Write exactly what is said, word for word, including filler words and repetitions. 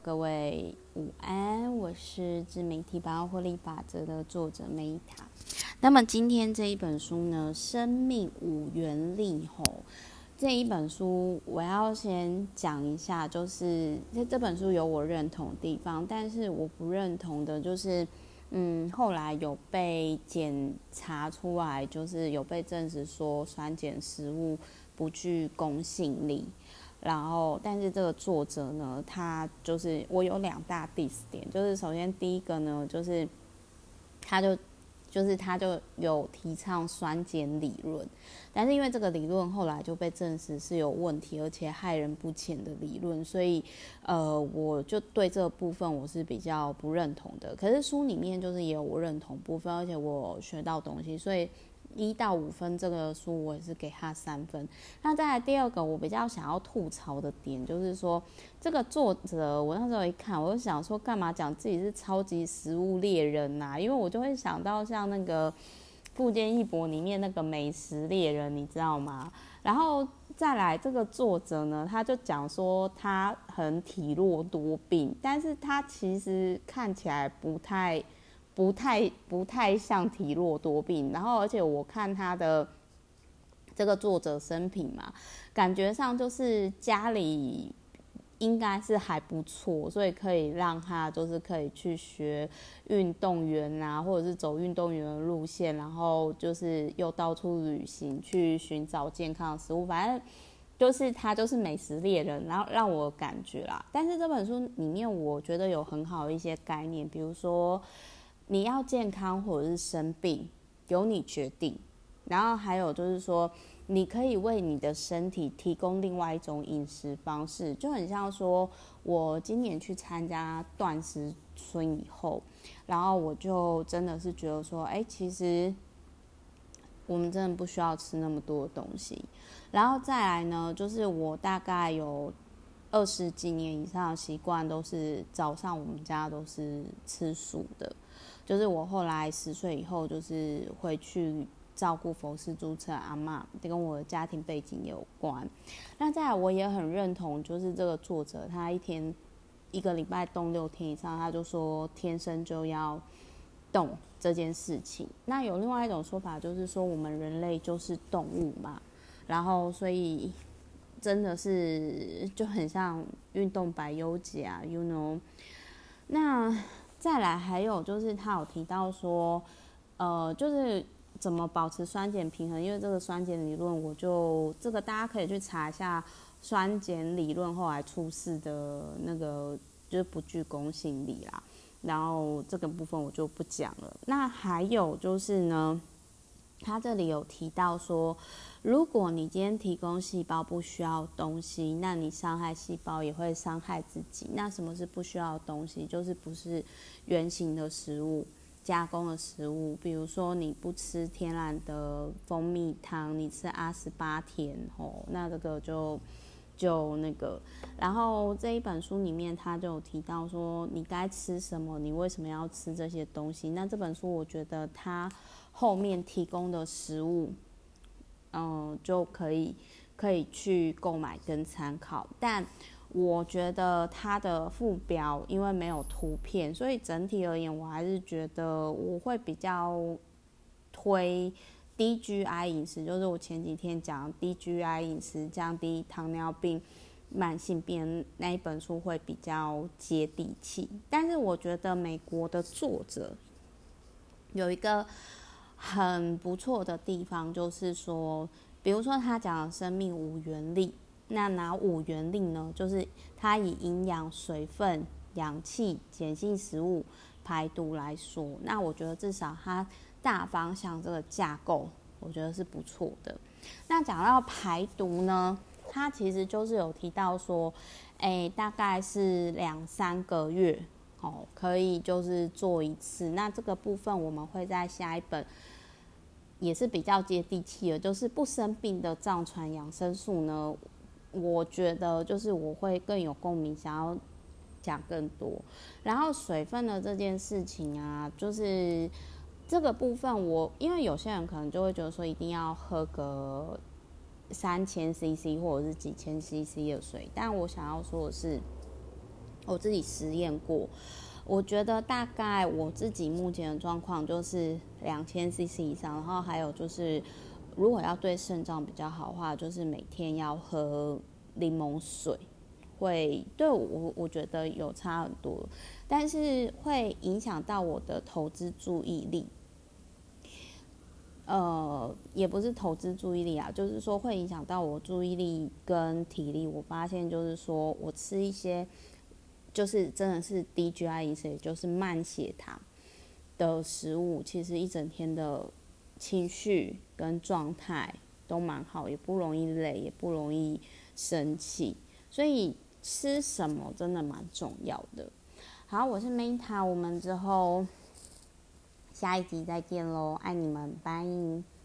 各位午安，我是自媒体百万获利法则的作者Meta。那么今天这一本书呢，生命五原力吼，这一本书我要先讲一下，就是这本书有我认同的地方，但是我不认同的就是，嗯，后来有被检查出来，就是有被证实说酸碱食物不具公信力。然后，但是这个作者呢，他就是我有两大 diss 点，就是首先第一个呢，就是他就就是他就有提倡酸碱理论，但是因为这个理论后来就被证实是有问题，而且害人不浅的理论，所以呃，我就对这个部分我是比较不认同的。可是书里面就是也有我认同部分，而且我学到东西，所以一到五分这个书我也是给他三分。那再来第二个我比较想要吐槽的点就是说，这个作者我那时候一看我就想说，干嘛讲自己是超级食物猎人啊？因为我就会想到像那个富坚义博里面那个美食猎人，你知道吗？然后再来这个作者呢，他就讲说他很体弱多病，但是他其实看起来不太不太不太像体弱多病，然后而且我看他的这个作者生平嘛，感觉上就是家里应该是还不错，所以可以让他就是可以去学运动员啊，或者是走运动员的路线，然后就是又到处旅行去寻找健康的食物，反正就是他就是美食猎人，然后让我感觉啦。但是这本书里面我觉得有很好的一些概念，比如说你要健康或者是生病，由你决定。然后还有就是说，你可以为你的身体提供另外一种饮食方式，就很像说，我今年去参加断食村以后，然后我就真的是觉得说，哎，其实我们真的不需要吃那么多的东西。然后再来呢，就是我大概有二十几年以上的习惯，都是早上我们家都是吃素的。就是我后来十岁以后，就是回去照顾佛氏注册阿嬷，跟我的家庭背景有关。那再来，我也很认同，就是这个作者他一天一个礼拜动六天以上，他就说天生就要动这件事情。那有另外一种说法，就是说我们人类就是动物嘛，然后所以真的是就很像运动百忧解啊 ，you know。那再来还有就是他有提到说，呃，就是怎么保持酸碱平衡，因为这个酸碱理论，我就这个大家可以去查一下酸碱理论后来出世的那个就是不具公信力啦。然后这个部分我就不讲了。那还有就是呢，他这里有提到说，如果你今天提供细胞不需要东西，那你伤害细胞也会伤害自己。那什么是不需要的东西？就是不是原型的食物，加工的食物，比如说你不吃天然的蜂蜜汤，你吃阿斯巴甜吼，那这个就就那个。然后这一本书里面他就有提到说，你该吃什么，你为什么要吃这些东西。那这本书我觉得他后面提供的食物，嗯，就可以可以去购买跟参考。但我觉得它的附表因为没有图片，所以整体而言，我还是觉得我会比较推低 G I 饮食，就是我前几天讲低 G I 饮食降低糖尿病慢性病那一本书会比较接地气。但是我觉得美国的作者有一个很不错的地方，就是说，比如说他讲的生命五原力，那哪五原力呢？就是它以营养、水分、氧气、碱性食物、排毒来说，那我觉得至少它大方向这个架构，我觉得是不错的。那讲到排毒呢，它其实就是有提到说，哎，大概是两三个月。哦，可以就是做一次。那这个部分我们会在下一本也是比较接地气的，就是不生病的藏传养生术呢，我觉得就是我会更有共鸣，想要讲更多。然后水分的这件事情啊，就是这个部分我因为有些人可能就会觉得说一定要喝个三千 C C 或者是几千 C C 的水，但我想要说的是， 我自己实验过，我觉得大概我自己目前的状况就是两千 C C 以上，然后还有就是如果要对肾脏比较好的话，就是每天要喝柠檬水，会对我我觉得有差很多，但是会影响到我的投资注意力。呃，也不是投资注意力啊，就是说会影响到我注意力跟体力。我发现就是说我吃一些就是真的是低 G I 饮食，也就是慢血糖的食物，其实一整天的情绪跟状态都蛮好，也不容易累，也不容易生气，所以吃什么真的蛮重要的。好，我是 Meta， 我们之后下一集再见喽，爱你们，拜。